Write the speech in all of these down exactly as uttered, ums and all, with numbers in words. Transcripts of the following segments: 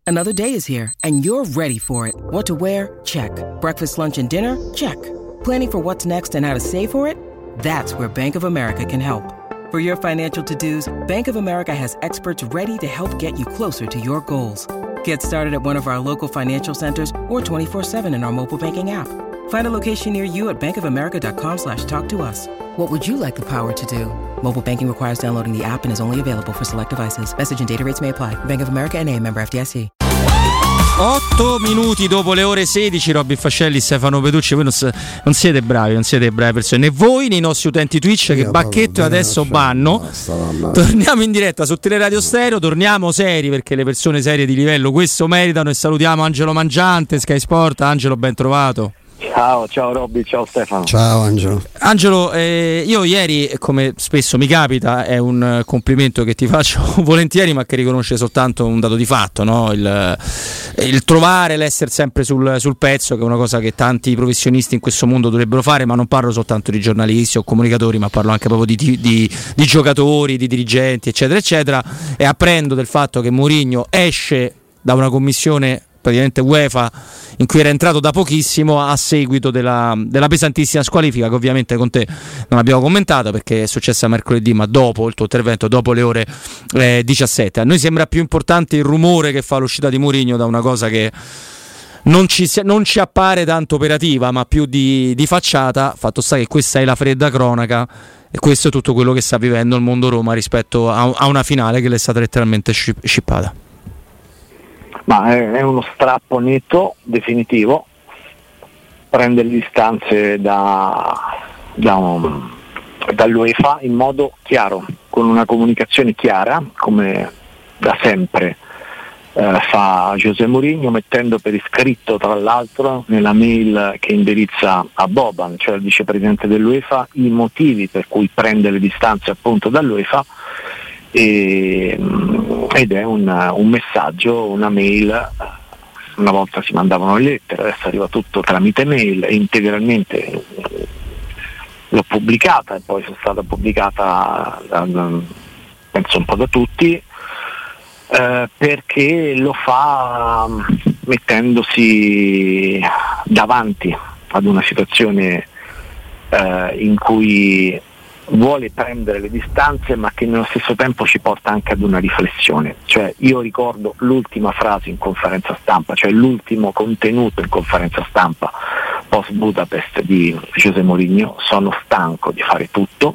Another day is here, and you're ready for it. What to wear? Check. Breakfast, lunch, and dinner? Check. Planning for what's next and how to save for it? That's where Bank of America can help. For your financial to-dos, Bank of America has experts ready to help get you closer to your goals. Get started at one of our local financial centers or twenty-four seven in our mobile banking app. Find a location near you at bankofamerica.com slash talk to us. What would you like the power to do? Mobile banking requires downloading the app and is only available for select devices. Message and data rates may apply. Bank of America N A, member F D I C. otto minuti dopo le ore sedici, Robby Fascelli, Stefano Petucci. Voi non, s- non siete bravi, non siete brave persone, né voi né i nostri utenti Twitch. Io che Bacchetto adesso banno. Torniamo in diretta su Teleradio Stereo, torniamo seri perché le persone serie di livello questo meritano, e salutiamo Angelo Mangiante, Sky Sport. Angelo, ben trovato. Ciao, ciao Robby, ciao Stefano. Ciao Angelo. Angelo, eh, io ieri, come spesso mi capita, è un complimento che ti faccio volentieri, ma che riconosce soltanto un dato di fatto, no? Il, il trovare, l'essere sempre sul, sul pezzo, che è una cosa che tanti professionisti in questo mondo dovrebbero fare, ma non parlo soltanto di giornalisti o comunicatori, ma parlo anche proprio di, di, di giocatori, di dirigenti, eccetera, eccetera, e apprendo del fatto che Mourinho esce da una commissione praticamente UEFA in cui era entrato da pochissimo a seguito della, della pesantissima squalifica, che ovviamente con te non abbiamo commentato perché è successa mercoledì, ma dopo il tuo intervento, dopo le ore eh, diciassette. A noi sembra più importante il rumore che fa l'uscita di Mourinho da una cosa che non ci, non ci appare tanto operativa, ma più di, di facciata. Fatto sta che questa è la fredda cronaca e questo è tutto quello che sta vivendo il mondo Roma rispetto a, a una finale che le è stata letteralmente scippata. Ma è uno strappo netto, definitivo, prende le distanze da, da un, dall'UEFA in modo chiaro, con una comunicazione chiara, come da sempre eh, fa José Mourinho, mettendo per iscritto tra l'altro nella mail che indirizza a Boban, cioè il vicepresidente dell'UEFA, i motivi per cui prende le distanze appunto dall'UEFA. E, ed è un, un messaggio, una mail. Una volta si mandavano le lettere, adesso arriva tutto tramite mail, e integralmente l'ho pubblicata e poi è stata pubblicata da, penso un po' da tutti, eh, perché lo fa mettendosi davanti ad una situazione eh, in cui vuole prendere le distanze, ma che nello stesso tempo ci porta anche ad una riflessione. Cioè, io ricordo l'ultima frase in conferenza stampa, cioè l'ultimo contenuto in conferenza stampa post Budapest di José Mourinho: sono stanco di fare tutto.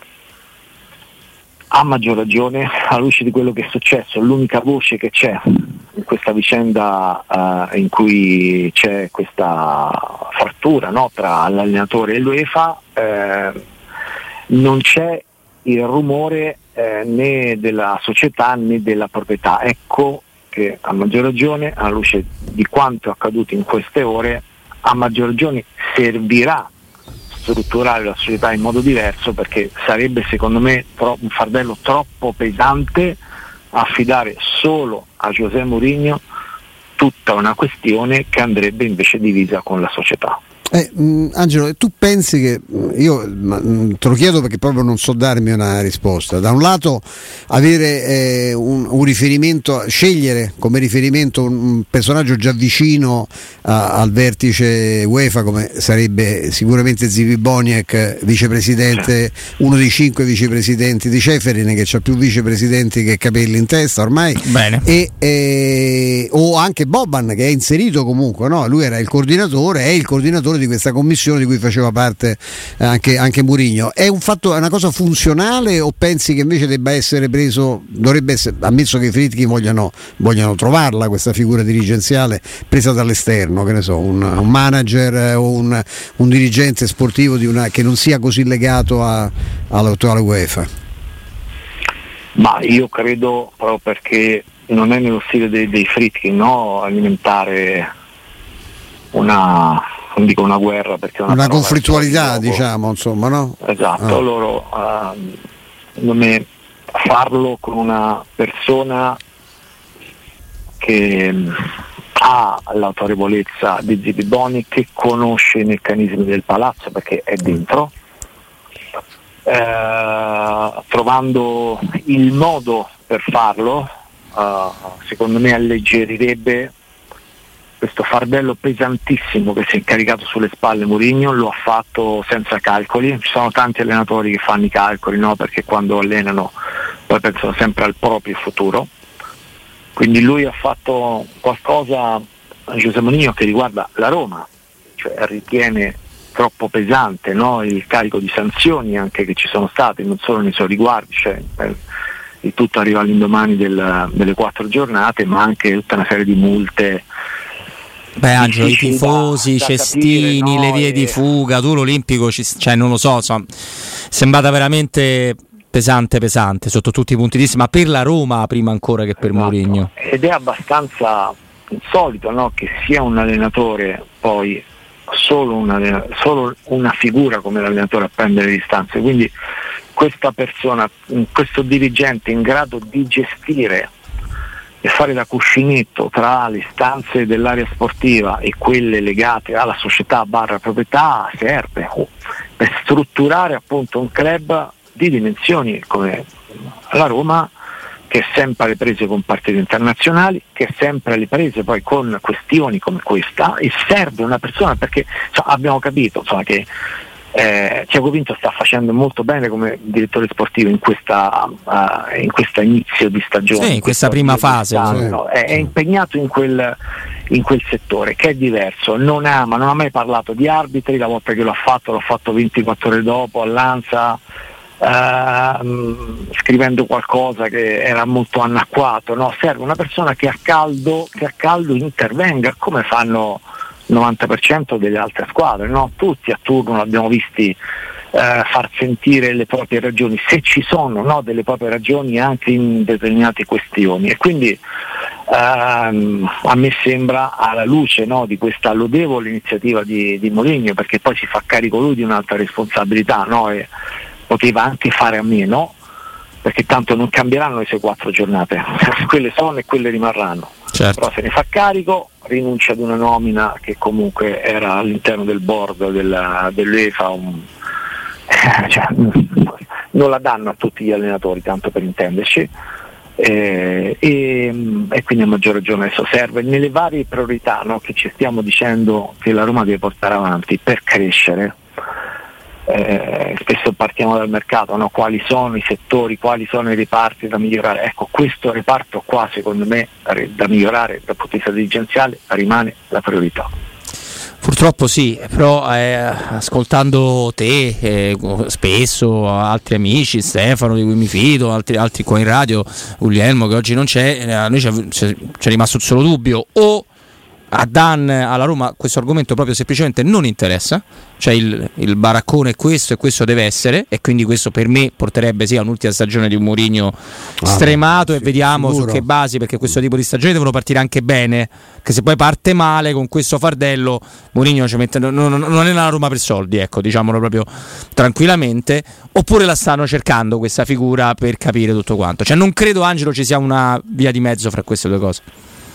A maggior ragione, alla luce di quello che è successo, l'unica voce che c'è in questa vicenda uh, in cui c'è questa frattura, no, tra l'allenatore e l'UEFA, eh, non c'è il rumore eh, né della società né della proprietà. Ecco che a maggior ragione, alla luce di quanto è accaduto in queste ore, a maggior ragione servirà strutturare la società in modo diverso, perché sarebbe secondo me tro- un fardello troppo pesante affidare solo a José Mourinho tutta una questione che andrebbe invece divisa con la società. Eh, mh, Angelo, tu pensi che, io mh, te lo chiedo perché proprio non so darmi una risposta, da un lato avere eh, un, un riferimento, scegliere come riferimento un, un personaggio già vicino a, al vertice UEFA, come sarebbe sicuramente Zipi Boniek, vicepresidente, uno dei cinque vicepresidenti di Ceferin, che ha più vicepresidenti che capelli in testa ormai. Bene. E, e, o anche Boban, che è inserito comunque, no? Lui era il coordinatore, è il coordinatore di questa commissione di cui faceva parte anche, anche Mourinho. È un fatto, è una cosa funzionale, o pensi che invece debba essere preso, dovrebbe essere, ammesso che i Friedkin vogliano, vogliano trovarla questa figura dirigenziale, presa dall'esterno, che ne so, un, un manager o un, un dirigente sportivo di una, che non sia così legato a, all'attuale UEFA? Ma io credo, proprio perché non è nello stile dei, dei Friedkin, no, alimentare una, non dico una guerra, perché una, una conflittualità, diciamo, insomma, no? Esatto, ah. Loro uh, secondo me farlo con una persona che ha l'autorevolezza di Zipi Boniek, che conosce i meccanismi del palazzo perché è dentro, eh, trovando il modo per farlo, uh, secondo me alleggerirebbe questo fardello pesantissimo che si è caricato sulle spalle Mourinho. Lo ha fatto senza calcoli, ci sono tanti allenatori che fanno i calcoli, no? Perché quando allenano poi pensano sempre al proprio futuro, quindi lui ha fatto qualcosa, José Mourinho, che riguarda la Roma, cioè ritiene troppo pesante, no? Il carico di sanzioni anche che ci sono state, non solo nei suoi riguardi, cioè, eh, il tutto arriva all'indomani del, delle quattro giornate, ma anche tutta una serie di multe. Beh, Angelo, i tifosi, i cestini, capire, no? Le vie e... di fuga, tu l'Olimpico, ci, cioè non lo so, insomma, sembrata veramente pesante, pesante sotto tutti i punti di vista, ma per la Roma prima ancora che per esatto. Mourinho. Ed è abbastanza insolito, no? Che sia un allenatore poi solo una, solo una figura come l'allenatore a prendere le distanze, quindi questa persona, questo dirigente in grado di gestire e fare da cuscinetto tra le istanze dell'area sportiva e quelle legate alla società barra proprietà serve per strutturare appunto un club di dimensioni come la Roma, che è sempre alle prese con partite internazionali, che è sempre alle prese poi con questioni come questa, e serve una persona, perché insomma, abbiamo capito insomma, che Eh, Tiago Pinto sta facendo molto bene come direttore sportivo in questa uh, in questa inizio di stagione, sì, in questa prima fase, sì. no? è, è impegnato in quel, in quel settore che è diverso, non ama, non ha mai parlato di arbitri, la volta che l'ha fatto l'ha fatto ventiquattro ore dopo all'Ansa, uh, scrivendo qualcosa che era molto anacquato, no? Serve una persona che a caldo, che a caldo intervenga, come fanno novanta per cento delle altre squadre, no? Tutti a turno l'abbiamo visti eh, far sentire le proprie ragioni, se ci sono, no, delle proprie ragioni anche in determinate questioni, e quindi ehm, a me sembra, alla luce, no, di questa lodevole iniziativa di, di Mourinho, perché poi si fa carico lui di un'altra responsabilità, no? E poteva anche fare a meno, perché tanto non cambieranno le sue quattro giornate, quelle sono e quelle rimarranno. Certo. Però se ne fa carico, rinuncia ad una nomina che comunque era all'interno del board della, dell'UEFA, un, eh, cioè, non la danno a tutti gli allenatori, tanto per intenderci, eh, e, e quindi a maggior ragione adesso serve nelle varie priorità, no, che ci stiamo dicendo che la Roma deve portare avanti per crescere. Eh, spesso partiamo dal mercato, no? Quali sono i settori, quali sono i reparti da migliorare. Ecco, questo reparto qua secondo me da migliorare dal punto di vista dirigenziale rimane la priorità. Purtroppo sì, però eh, ascoltando te eh, spesso, altri amici, Stefano di cui mi fido, altri, altri qua in radio, Guglielmo che oggi non c'è, eh, a noi c'è, c'è, c'è rimasto il solo dubbio: o a Dan, alla Roma, questo argomento proprio semplicemente non interessa, cioè il, il baraccone è questo e questo deve essere, e quindi questo per me porterebbe sì a un'ultima stagione di un Mourinho ah, stremato, sì, e vediamo sicuro. Su che basi, perché questo tipo di stagioni devono partire anche bene, che se poi parte male con questo fardello Mourinho ci mette, non, non, non è una Roma per soldi, ecco, diciamolo proprio tranquillamente, oppure la stanno cercando questa figura per capire tutto quanto, cioè non credo, Angelo, ci sia una via di mezzo fra queste due cose.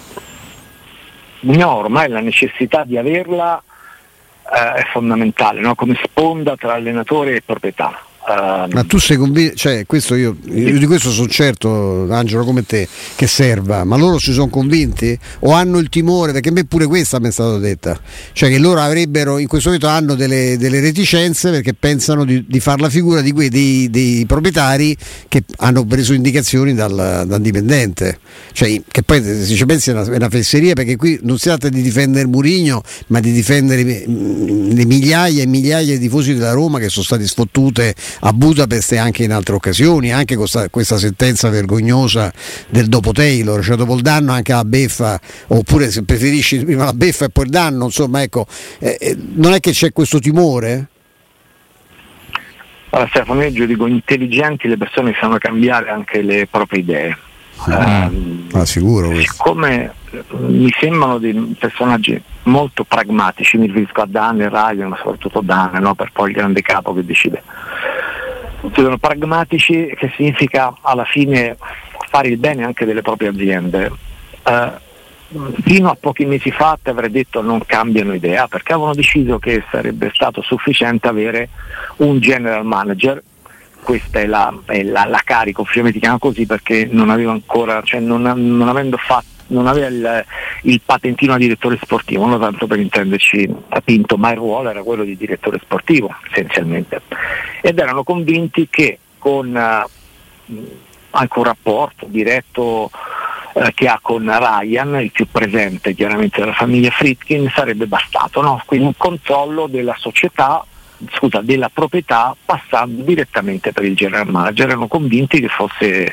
No, ormai la necessità di averla eh, è fondamentale, no? Come sponda tra allenatore e proprietà. Uh, Ma tu sei convinto, cioè questo io, io di questo sono certo, Angelo, come te, che serva, ma loro si sono convinti o hanno il timore, perché a me pure questa mi è stata detta, cioè che loro avrebbero, in questo momento hanno delle, delle reticenze perché pensano di, di far la figura di quei dei, dei proprietari che hanno preso indicazioni dal, dal dipendente, cioè che poi se ci pensi è una, è una fesseria, perché qui non si tratta di difendere Mourinho ma di difendere le migliaia e migliaia di tifosi della Roma che sono stati sfottute a Budapest e anche in altre occasioni, anche questa, questa sentenza vergognosa del dopo Taylor, cioè dopo il danno anche la beffa, oppure se preferisci prima la beffa e poi il danno, insomma, ecco, eh, non è che c'è questo timore? Allora Stefano, io dico intelligenti le persone che sanno cambiare anche le proprie idee. Ah, eh, ah, sicuro. Siccome mi sembrano dei personaggi molto pragmatici, mi riferisco a Dan e Ryan, ma soprattutto Dan, no? Per poi il grande capo che decide. Sono pragmatici, che significa alla fine fare il bene anche delle proprie aziende. Eh, fino a pochi mesi fa ti avrei detto non cambiano idea, perché avevano deciso che sarebbe stato sufficiente avere un general manager questa è la, è la, la carica, ufficialmente si chiama così perché non aveva ancora, cioè non, non avendo fatto, non aveva il, il patentino a direttore sportivo, non tanto per intenderci Pinto, ma il ruolo era quello di direttore sportivo essenzialmente, ed erano convinti che con uh, anche un rapporto diretto uh, che ha con Ryan, il più presente chiaramente della famiglia Friedkin, sarebbe bastato, no? Quindi un controllo della società, scusa, della proprietà passando direttamente per il general manager. Erano convinti che fosse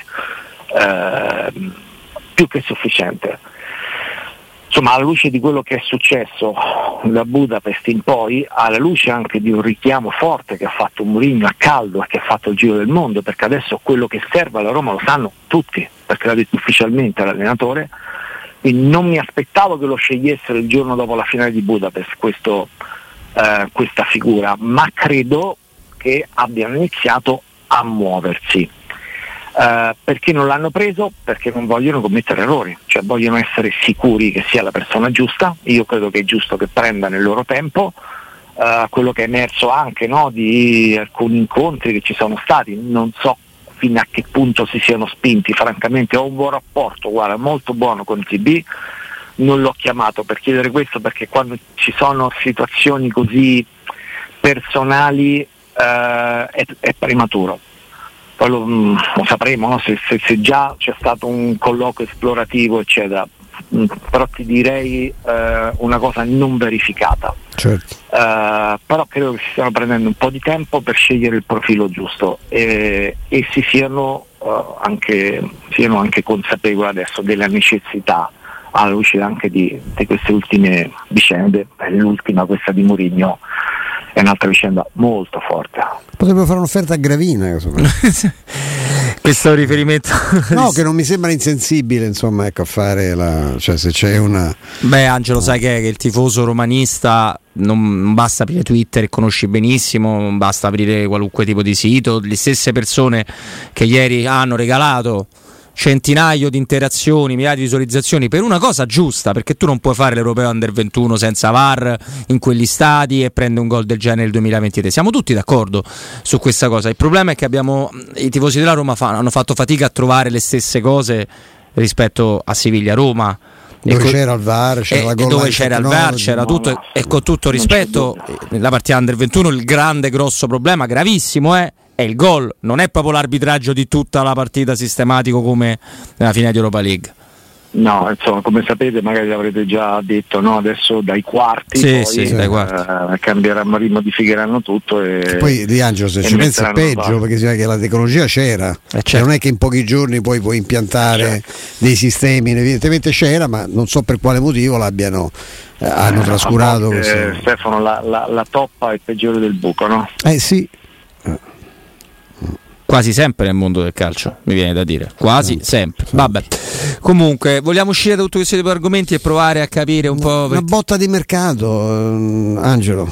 uh, più che sufficiente. Insomma, alla luce di quello che è successo da Budapest in poi, alla luce anche di un richiamo forte che ha fatto Mourinho a caldo e che ha fatto il giro del mondo, perché adesso quello che serve alla Roma lo sanno tutti, perché l'ha detto ufficialmente l'allenatore, quindi non mi aspettavo che lo scegliessero il giorno dopo la finale di Budapest questo, eh, questa figura, ma credo che abbiano iniziato a muoversi. Uh, perché non l'hanno preso? Perché non vogliono commettere errori, cioè vogliono essere sicuri che sia la persona giusta. Io credo che è giusto che prendano il loro tempo. Uh, quello che è emerso anche, no, di alcuni incontri che ci sono stati, non so fino a che punto si siano spinti, francamente ho un buon rapporto, guarda, molto buono con T B, non l'ho chiamato per chiedere questo perché quando ci sono situazioni così personali uh, è, è prematuro. Poi lo, lo sapremo, no? se, se, se già c'è stato un colloquio esplorativo eccetera, però ti direi eh, una cosa non verificata. Certo. Uh, però credo che si stiano prendendo un po' di tempo per scegliere il profilo giusto e, e si siano, uh, anche, siano anche consapevoli adesso della necessità, alla luce anche di, di queste ultime vicende. L'ultima, questa di Mourinho, è un'altra vicenda molto forte. Potrebbero fare un'offerta a Gravina. Questo riferimento no, che non mi sembra insensibile, insomma, ecco, a fare la, cioè se c'è una. Beh, Angelo, sai che, è, che il tifoso romanista non, non basta aprire Twitter e conosci benissimo, non basta aprire qualunque tipo di sito. Le stesse persone che ieri hanno regalato centinaio di interazioni, migliaia di visualizzazioni per una cosa giusta, perché tu non puoi fare l'Europeo Under ventuno senza V A R in quegli stadi e prende un gol del genere nel duemilaventitré. Siamo tutti d'accordo su questa cosa. Il problema è che abbiamo i tifosi della Roma fa, hanno fatto fatica a trovare le stesse cose rispetto a Siviglia-Roma, dove co- c'era il V A R, c'era e, la e dove c'era il V A R, c'era no, tutto, no, e con tutto rispetto nella partita Under ventuno il grande grosso problema gravissimo è è il gol, non è proprio l'arbitraggio di tutta la partita sistematico come nella finale di Europa League. No, insomma, come sapete, magari l'avrete già detto, no? Adesso dai quarti, sì, poi, sì, dai quarti. Eh, cambieranno, rimodificheranno tutto. E, poi Di Angelo, se ci pensi è peggio, perché si vede che la tecnologia c'era, eh certo. Cioè, non è che in pochi giorni poi puoi impiantare certo. dei sistemi, evidentemente c'era, ma non so per quale motivo l'abbiano eh, hanno eh, trascurato. Volte, eh, Stefano, la, la, la toppa è peggiore del buco, no? Eh sì. Quasi sempre nel mondo del calcio, mi viene da dire, quasi sempre. Vabbè, comunque vogliamo uscire da tutti questi argomenti e provare a capire un po'. Una botta di mercato, eh, Angelo.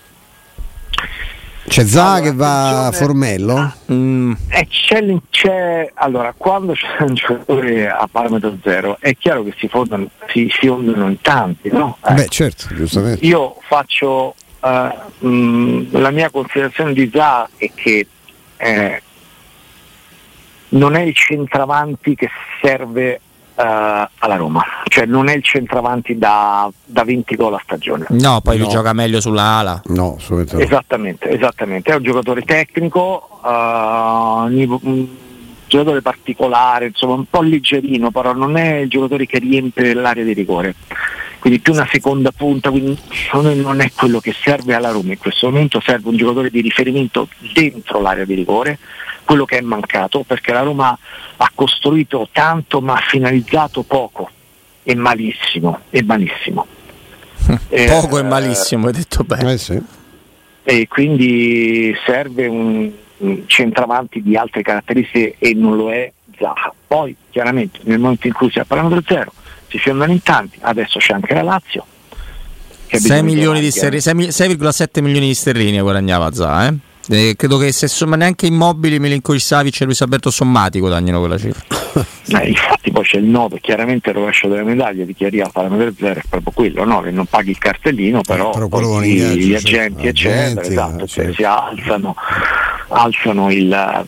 C'è Zaha allora, che va a Formello? Mm. Eh, c'è, c'è, allora, quando c'è un giocatore a parametro zero è chiaro che si fondano, si, si fondano in tanti, no? Eh. Beh, certo, giustamente. Io faccio uh, mh, la mia considerazione di Zaha è che eh, non è il centravanti che serve uh, alla Roma, cioè non è il centravanti da, da venti gol a stagione. No, poi no. lui gioca meglio sulla ala. No, assolutamente no. Esattamente, esattamente. È un giocatore tecnico, uh, un giocatore particolare, insomma un po' leggerino, però non è il giocatore che riempie l'area di rigore. Quindi più una seconda punta, quindi non è quello che serve alla Roma in questo momento, serve un giocatore di riferimento dentro l'area di rigore, quello che è mancato, perché la Roma ha costruito tanto ma ha finalizzato poco e malissimo, e malissimo. Poco eh, e malissimo, hai detto bene. Eh sì. E quindi serve un, un centravanti di altre caratteristiche e non lo è Zaha. Poi chiaramente nel momento in cui si è a parametro zero si fiondano in tanti, adesso c'è anche la Lazio che sei milioni di sterline, sei virgola sette milioni di sterline guadagnava Zaha, eh? Eh, credo che se somma neanche Immobili, Milinkovic Savic e Luis Alberto Sommati guadagnano quella cifra. Eh, infatti poi c'è il nodo, chiaramente il rovescio delle medaglie di chi arriva a parametro zero è proprio quello, no? Che non paghi il cartellino, però, eh, però poi gli, gli agenti, agenti eccetera, agenti, esatto, certo. si alzano alzano il,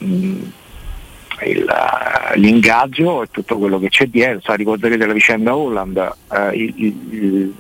il, l'ingaggio e tutto quello che c'è dietro. Sa, ricorderete la vicenda Holland, eh, il, il, il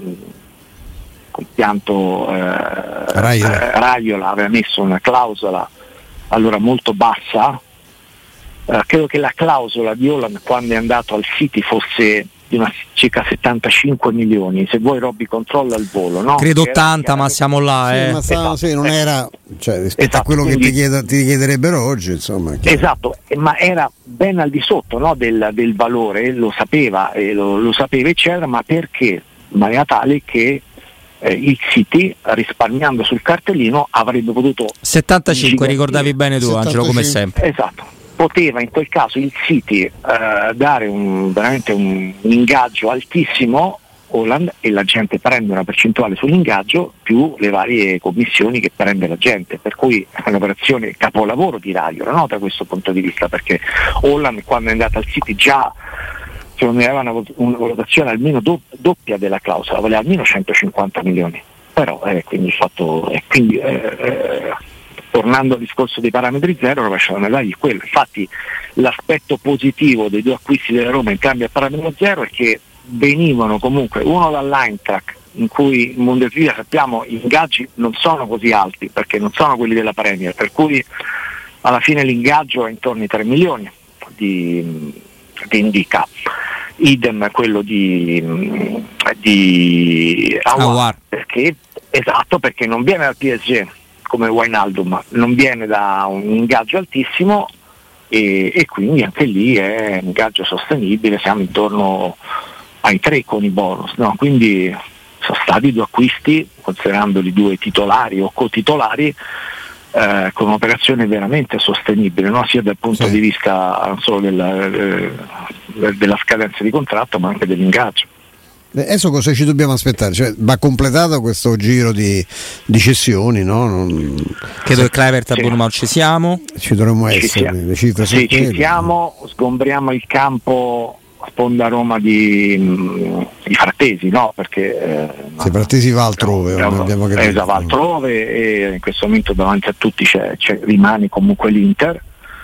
compianto eh, Raiola. eh, Raiola aveva messo una clausola allora molto bassa. Uh, credo che la clausola di Holland quando è andato al City fosse di una circa settantacinque milioni, se vuoi Robby controlla il volo, no? Credo ottanta, ma siamo là, sì, eh. ma sta, esatto. sì, non era, cioè, rispetto Esatto, a quello quindi, che ti, chied- ti chiederebbero oggi, insomma. Esatto, ma era ben al di sotto, no, del, del valore, lo sapeva, eh, lo, lo sapeva eccetera, ma perché? In maniera tale che eh, il City, risparmiando sul cartellino, avrebbe potuto settantacinque, ricordavi bene tu, settantacinque. Angelo, come sempre. Esatto. Poteva in quel caso il City eh, dare un, veramente un, un ingaggio altissimo Holland, e la gente prende una percentuale sull'ingaggio più le varie commissioni che prende la gente, per cui è un'operazione capolavoro di Raiola, no? Da questo punto di vista, perché Holland quando è andato al City già secondo me aveva una, una valutazione almeno do, doppia della clausola, valeva almeno centocinquanta milioni, però eh, quindi il fatto eh, quindi eh, eh, tornando al discorso dei parametri zero, rovesciano dargli quello. Infatti l'aspetto positivo dei due acquisti della Roma in cambio a parametro zero è che venivano comunque uno dall'Eintracht, in cui in Bundesliga sappiamo gli ingaggi non sono così alti perché non sono quelli della Premier, per cui alla fine l'ingaggio è intorno ai tre milioni di, di Indica, idem quello di, di Aouar, perché esatto, perché non viene dal P S G come Wijnaldum, non viene da un ingaggio altissimo e, e quindi anche lì è un ingaggio sostenibile, siamo intorno ai tre con i bonus, no? Quindi sono stati due acquisti, considerandoli due titolari o cotitolari, eh, con un'operazione veramente sostenibile, no? Sia dal punto sì. di vista non solo della, eh, della scadenza di contratto ma anche dell'ingaggio. Adesso cosa ci dobbiamo aspettare? Cioè, va completato questo giro di, di cessioni, no? Non... Credo che Kluivert a sì. Bournemouth ci siamo. Ci dovremmo Ci essere, siamo. le cifre sono sì, ci quelle. siamo, sgombriamo il campo sponda Roma di, di Frattesi, no? Perché eh, se Frattesi va altrove, no, abbiamo capito. Esatto, va altrove e in questo momento davanti a tutti c'è, c'è, rimane comunque l'Inter.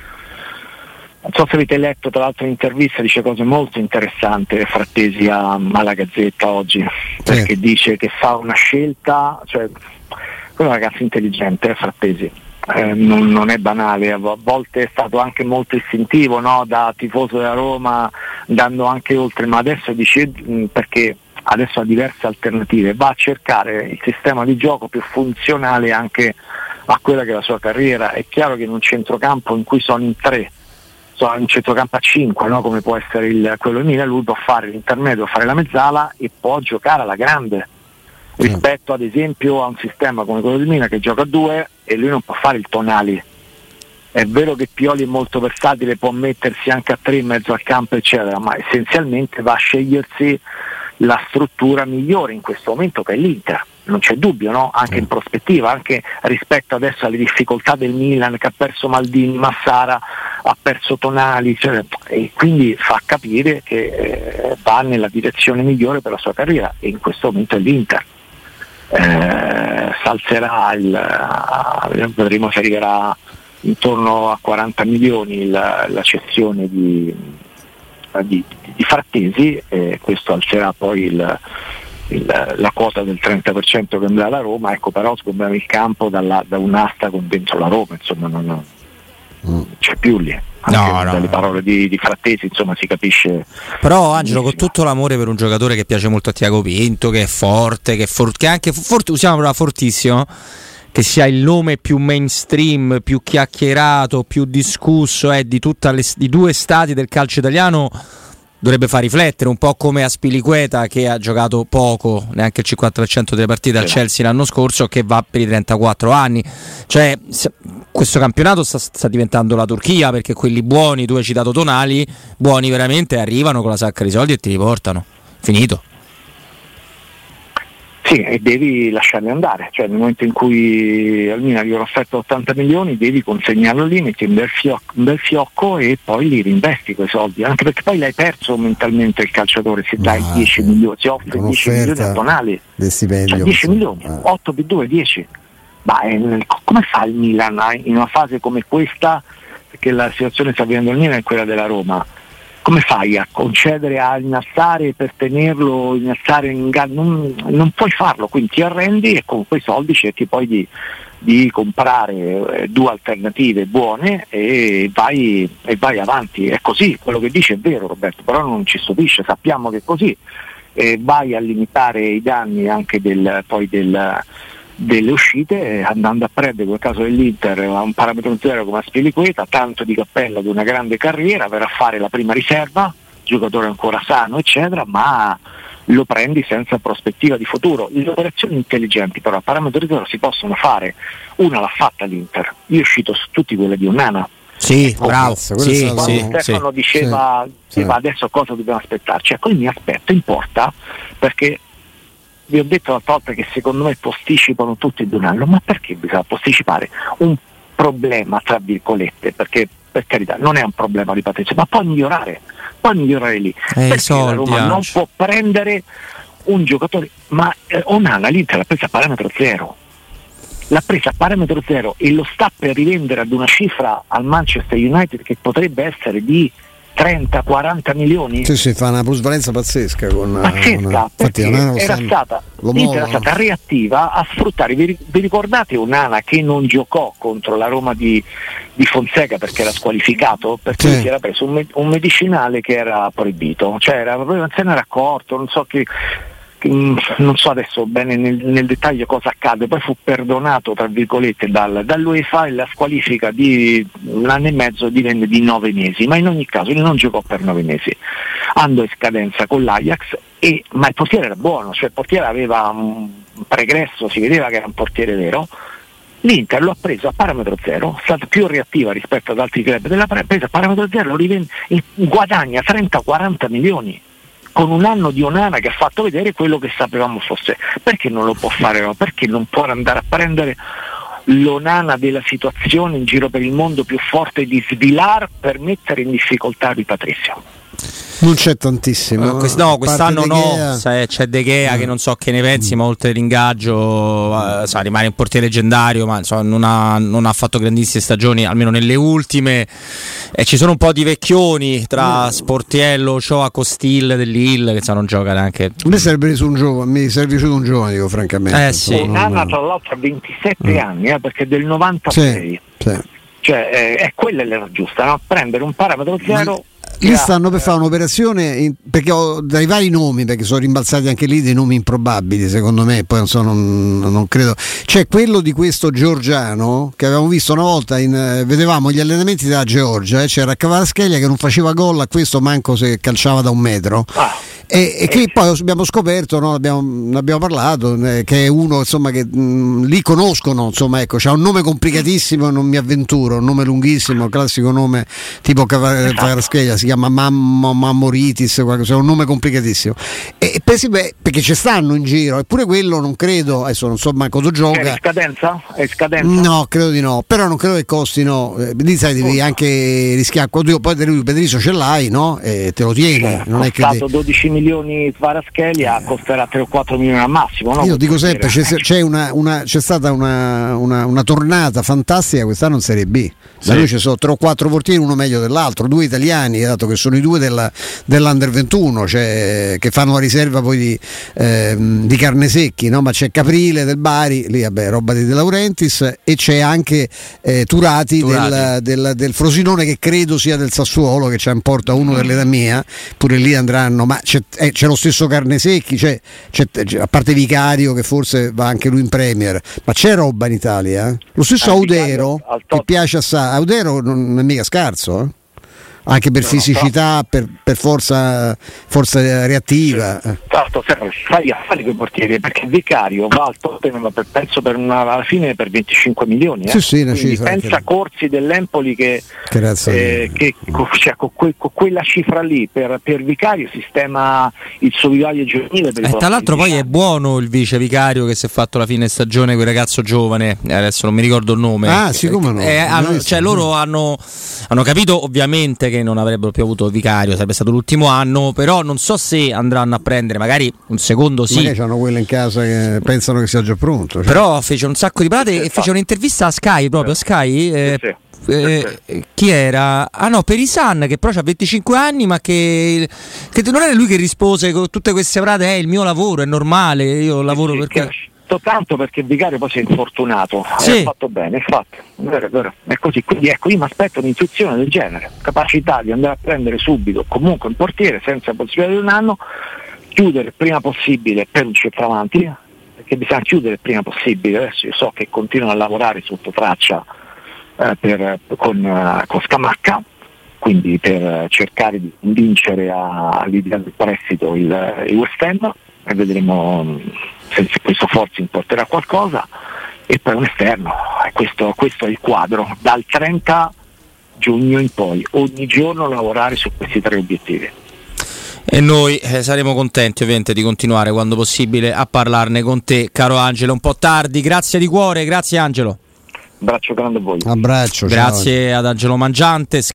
Non so se avete letto tra l'altro un'intervista, dice cose molto interessanti Frattesi a, alla Gazzetta oggi, perché sì. dice che fa una scelta, cioè quello è un ragazzo intelligente, eh, Frattesi, eh, non, non è banale, a volte è stato anche molto istintivo, no? Da tifoso della Roma, andando anche oltre, ma adesso dice mh, perché adesso ha diverse alternative, va a cercare il sistema di gioco più funzionale anche a quella che è la sua carriera. È chiaro che in un centrocampo in cui sono in tre, in centrocampo a cinque, no? Come può essere il, quello di Milan, lui può fare l'intermedio, fare la mezzala e può giocare alla grande rispetto ad esempio a un sistema come quello di Milan che gioca a due e lui non può fare il Tonali. È vero che Pioli è molto versatile, può mettersi anche a tre in mezzo al campo eccetera, ma essenzialmente va a scegliersi la struttura migliore in questo momento che è l'Inter, non c'è dubbio, no? Anche in prospettiva, anche rispetto adesso alle difficoltà del Milan che ha perso Maldini, Massara, ha perso Tonali, cioè, e quindi fa capire che eh, va nella direzione migliore per la sua carriera e in questo momento è l'Inter. Eh, s'alzerà il, vedremo se arriverà intorno a quaranta milioni la, la cessione di, di, di Frattesi, e questo alzerà poi il Il, la quota del trenta per cento che andrà alla Roma, ecco, però sgombriamo il campo dalla, da un'asta con dentro la Roma, insomma non, non mm. c'è più lì, anche no, no, dalle no. parole di, di Frattesi insomma si capisce. Però Angelo, con tutto l'amore per un giocatore che piace molto a Tiago Pinto, che è forte, che, è for- che anche forte, usiamo la parola fortissimo, che sia il nome più mainstream, più chiacchierato, più discusso eh, di tutte le di due stati del calcio italiano, dovrebbe far riflettere, un po' come Aspilicueta che ha giocato poco, neanche il cinquanta per cento delle partite al Chelsea l'anno scorso, che va per i trentaquattro anni. Cioè questo campionato sta, sta diventando la Turchia, perché quelli buoni, tu hai citato Tonali, buoni veramente arrivano con la sacca di soldi e ti riportano. Finito. Sì, e devi lasciarli andare, cioè nel momento in cui al Milan arriva un'offerta di ottanta milioni devi consegnarlo lì, metti un bel fiocco, un bel fiocco e poi li reinvesti quei soldi, anche perché poi l'hai perso mentalmente il calciatore se dai ah, dieci milioni, si offre dieci milioni a Tonali, del stipendio, cioè dieci così. milioni, ah. otto più due, dieci, Ma eh, come fa il Milan in una fase come questa, perché la situazione sta vivendo il Milan è quella della Roma, come fai a concedere a innalzare per tenerlo, innalzare in ga- non, non puoi farlo, quindi ti arrendi e con quei soldi cerchi poi di, di comprare eh, due alternative buone e vai, e vai avanti. È così, quello che dice è vero Roberto, però non ci stupisce, sappiamo che è così, e vai a limitare i danni anche del, poi del, delle uscite andando a prendere, quel caso dell'Inter, a un parametro zero come Aspilicueta, tanto di cappello di una grande carriera, verrà a fare la prima riserva, giocatore ancora sano eccetera, ma lo prendi senza prospettiva di futuro. Le operazioni intelligenti però a parametro zero si possono fare, una l'ha fatta l'Inter, io è uscito su tutti quelle di Onana. Sì, oh, bravo. Sì, sì, quando sì, Stefano sì, diceva sì, sì, ma adesso cosa dobbiamo aspettarci? Ecco, io mi aspetto, importa, perché vi ho detto l'altra volta che secondo me posticipano tutti di un anno, ma perché bisogna posticipare un problema tra virgolette? Perché per carità non è un problema di Patrizio, ma può migliorare, può migliorare lì. Eh, perché soldi, la Roma non può prendere un giocatore, ma eh, Onana l'Inter l'ha presa a parametro zero. L'ha presa a parametro zero e lo sta per rivendere ad una cifra al Manchester United che potrebbe essere di trenta quaranta milioni. Sì, sì, fa una plusvalenza pazzesca con pazzesca, una... perché Infatti, era stata, l'Inter era stata reattiva a sfruttare. Vi, vi ricordate Onana che non giocò contro la Roma di, di Fonseca perché era squalificato? Perché sì. si era preso un, me, un medicinale che era proibito, cioè era, non se ne era accorto, non so che non so adesso bene nel, nel dettaglio cosa accade, poi fu perdonato tra virgolette dal, dall'UEFA e la squalifica di un anno e mezzo divenne di nove mesi, ma in ogni caso lui non giocò per nove mesi, andò in scadenza con l'Ajax, e, ma il portiere era buono, cioè il portiere aveva un pregresso, si vedeva che era un portiere vero. L'Inter lo ha preso a parametro zero, è stata più reattiva rispetto ad altri club della presa a parametro zero, lo rivende, guadagna trenta quaranta milioni con un anno di Onana che ha fatto vedere quello che sapevamo fosse. Perché non lo può fare? No? Perché non può andare a prendere l'Onana della situazione in giro per il mondo più forte di Svilar per mettere in difficoltà Di Patrizio? Non c'è tantissimo. Uh, quest- no, quest'anno no, Gea... c'è De Gea mm. che non so che ne pensi, mm. ma oltre l'ingaggio uh, sa, rimane un portiere leggendario, ma insomma, non, ha, non ha fatto grandissime stagioni, almeno nelle ultime, e ci sono un po' di vecchioni tra mm. Sportiello, Cioa, Costil dell'Ill che sanno giocare anche. A me sarebbe su un giovane, mi sarebbe piaciuto un giovane, dico francamente. Eh sì. Onana tra l'altro ha ventisette mm. anni, eh, perché è del novantasei. Sì, sì. Cioè eh, è quella l'era giusta, no? Prendere un parametro zero. Ma... Lì stanno per fare un'operazione in, perché ho dai vari nomi, perché sono rimbalzati anche lì dei nomi improbabili secondo me, poi non so, non, non credo. C'è quello di questo georgiano che avevamo visto una volta in, eh, vedevamo gli allenamenti della Georgia, eh, c'era Kvaratskhelia che non faceva gol a questo manco se calciava da un metro. Ah. E, e che poi abbiamo scoperto, no, abbiamo, ne abbiamo parlato, eh, che è uno insomma che mh, lì conoscono, insomma, ecco, c'ha un nome complicatissimo, non mi avventuro, un nome lunghissimo, classico nome tipo Kvaratskhelia, si chiama Mammo Mammoritis, qualcosa, un nome complicatissimo. E beh, perché ci stanno in giro, eppure quello non credo, adesso non so manco dove gioca. È scadenza? È scadenza? No, credo di no, però non credo che costino, eh, lì sai devi oh. anche rischiare, quando poi Pedrizio ce l'hai, no? E te lo tieni, eh, non è che costato dodici milioni Kvaratskhelia, costerà tre o quattro milioni al massimo, no? Io dico sempre c'è, c'è, una, una, c'è stata una, una, una tornata fantastica quest'anno in Serie B, da sì. Noi ci sono tre o quattro portieri, uno meglio dell'altro, due italiani, dato che sono i due della, dell'Under ventuno, cioè, che fanno la riserva poi di, eh, di Carnesecchi, no? Ma c'è Caprile del Bari, lì vabbè roba di De Laurentiis, e c'è anche eh, Turati, Turati. Del, del, del Frosinone, che credo sia del Sassuolo, che c'ha in porta uno dell'età mia, pure lì andranno, ma c'è, eh, c'è lo stesso Carnesecchi, c'è, c'è, a parte Vicario che forse va anche lui in Premier, ma c'è roba in Italia, eh? Lo stesso eh, Audero che piace assai, Audero non è mica scarso, eh? Anche per no, fisicità, no. per, per forza, forza reattiva. Certo, fai affari con i portieri, perché Vicario va al Tottenham per, penso per una, alla fine per venticinque milioni. Eh? Sì, sì, una Quindi cifra, pensa a Corsi dell'Empoli che, che, eh, che con, cioè, con, que, con quella cifra lì per, per Vicario sistema il suo vivaio giovanile. Per eh, tra l'altro poi è buono il vice Vicario che si è fatto la fine stagione, quel ragazzo giovane, adesso non mi ricordo il nome. Ah, sì, come no. Eh, hanno, cioè loro hanno, hanno capito ovviamente che che non avrebbero più avuto vicario, sarebbe stato l'ultimo anno, però non so se andranno a prendere magari un secondo sì. Magari c'hanno quelle in casa che pensano che sia già pronto. Cioè. Però fece un sacco di parate e fece un'intervista a Sky, proprio a Sky. Eh, sì, sì. Eh, chi era? Ah no, Perisan, che però ha venticinque anni, ma che, che non era lui che rispose con tutte queste frasi, è eh, il mio lavoro, è normale, io lavoro sì, perché tanto perché il vicario poi si è infortunato, sì. è fatto bene, è fatto, è vero, è vero, è così. Quindi ecco, io mi aspetto un'istruzione del genere, capacità di andare a prendere subito comunque un portiere senza possibilità di un anno, chiudere il prima possibile per un centravanti, perché bisogna chiudere il prima possibile. Adesso io so che continuano a lavorare sotto traccia eh, per, con, uh, con Scamacca, quindi per cercare di convincere all'idea del prestito il, il West Ham, e vedremo se, se questo forse importerà qualcosa, e poi un esterno. E questo, questo è il quadro dal trenta giugno in poi, ogni giorno lavorare su questi tre obiettivi. E noi eh, saremo contenti ovviamente di continuare quando possibile a parlarne con te, caro Angelo. Un po' tardi, grazie di cuore, grazie Angelo. Abbraccio grande a voi. Abbraccio. Grazie ciao. Ad Angelo Mangiante.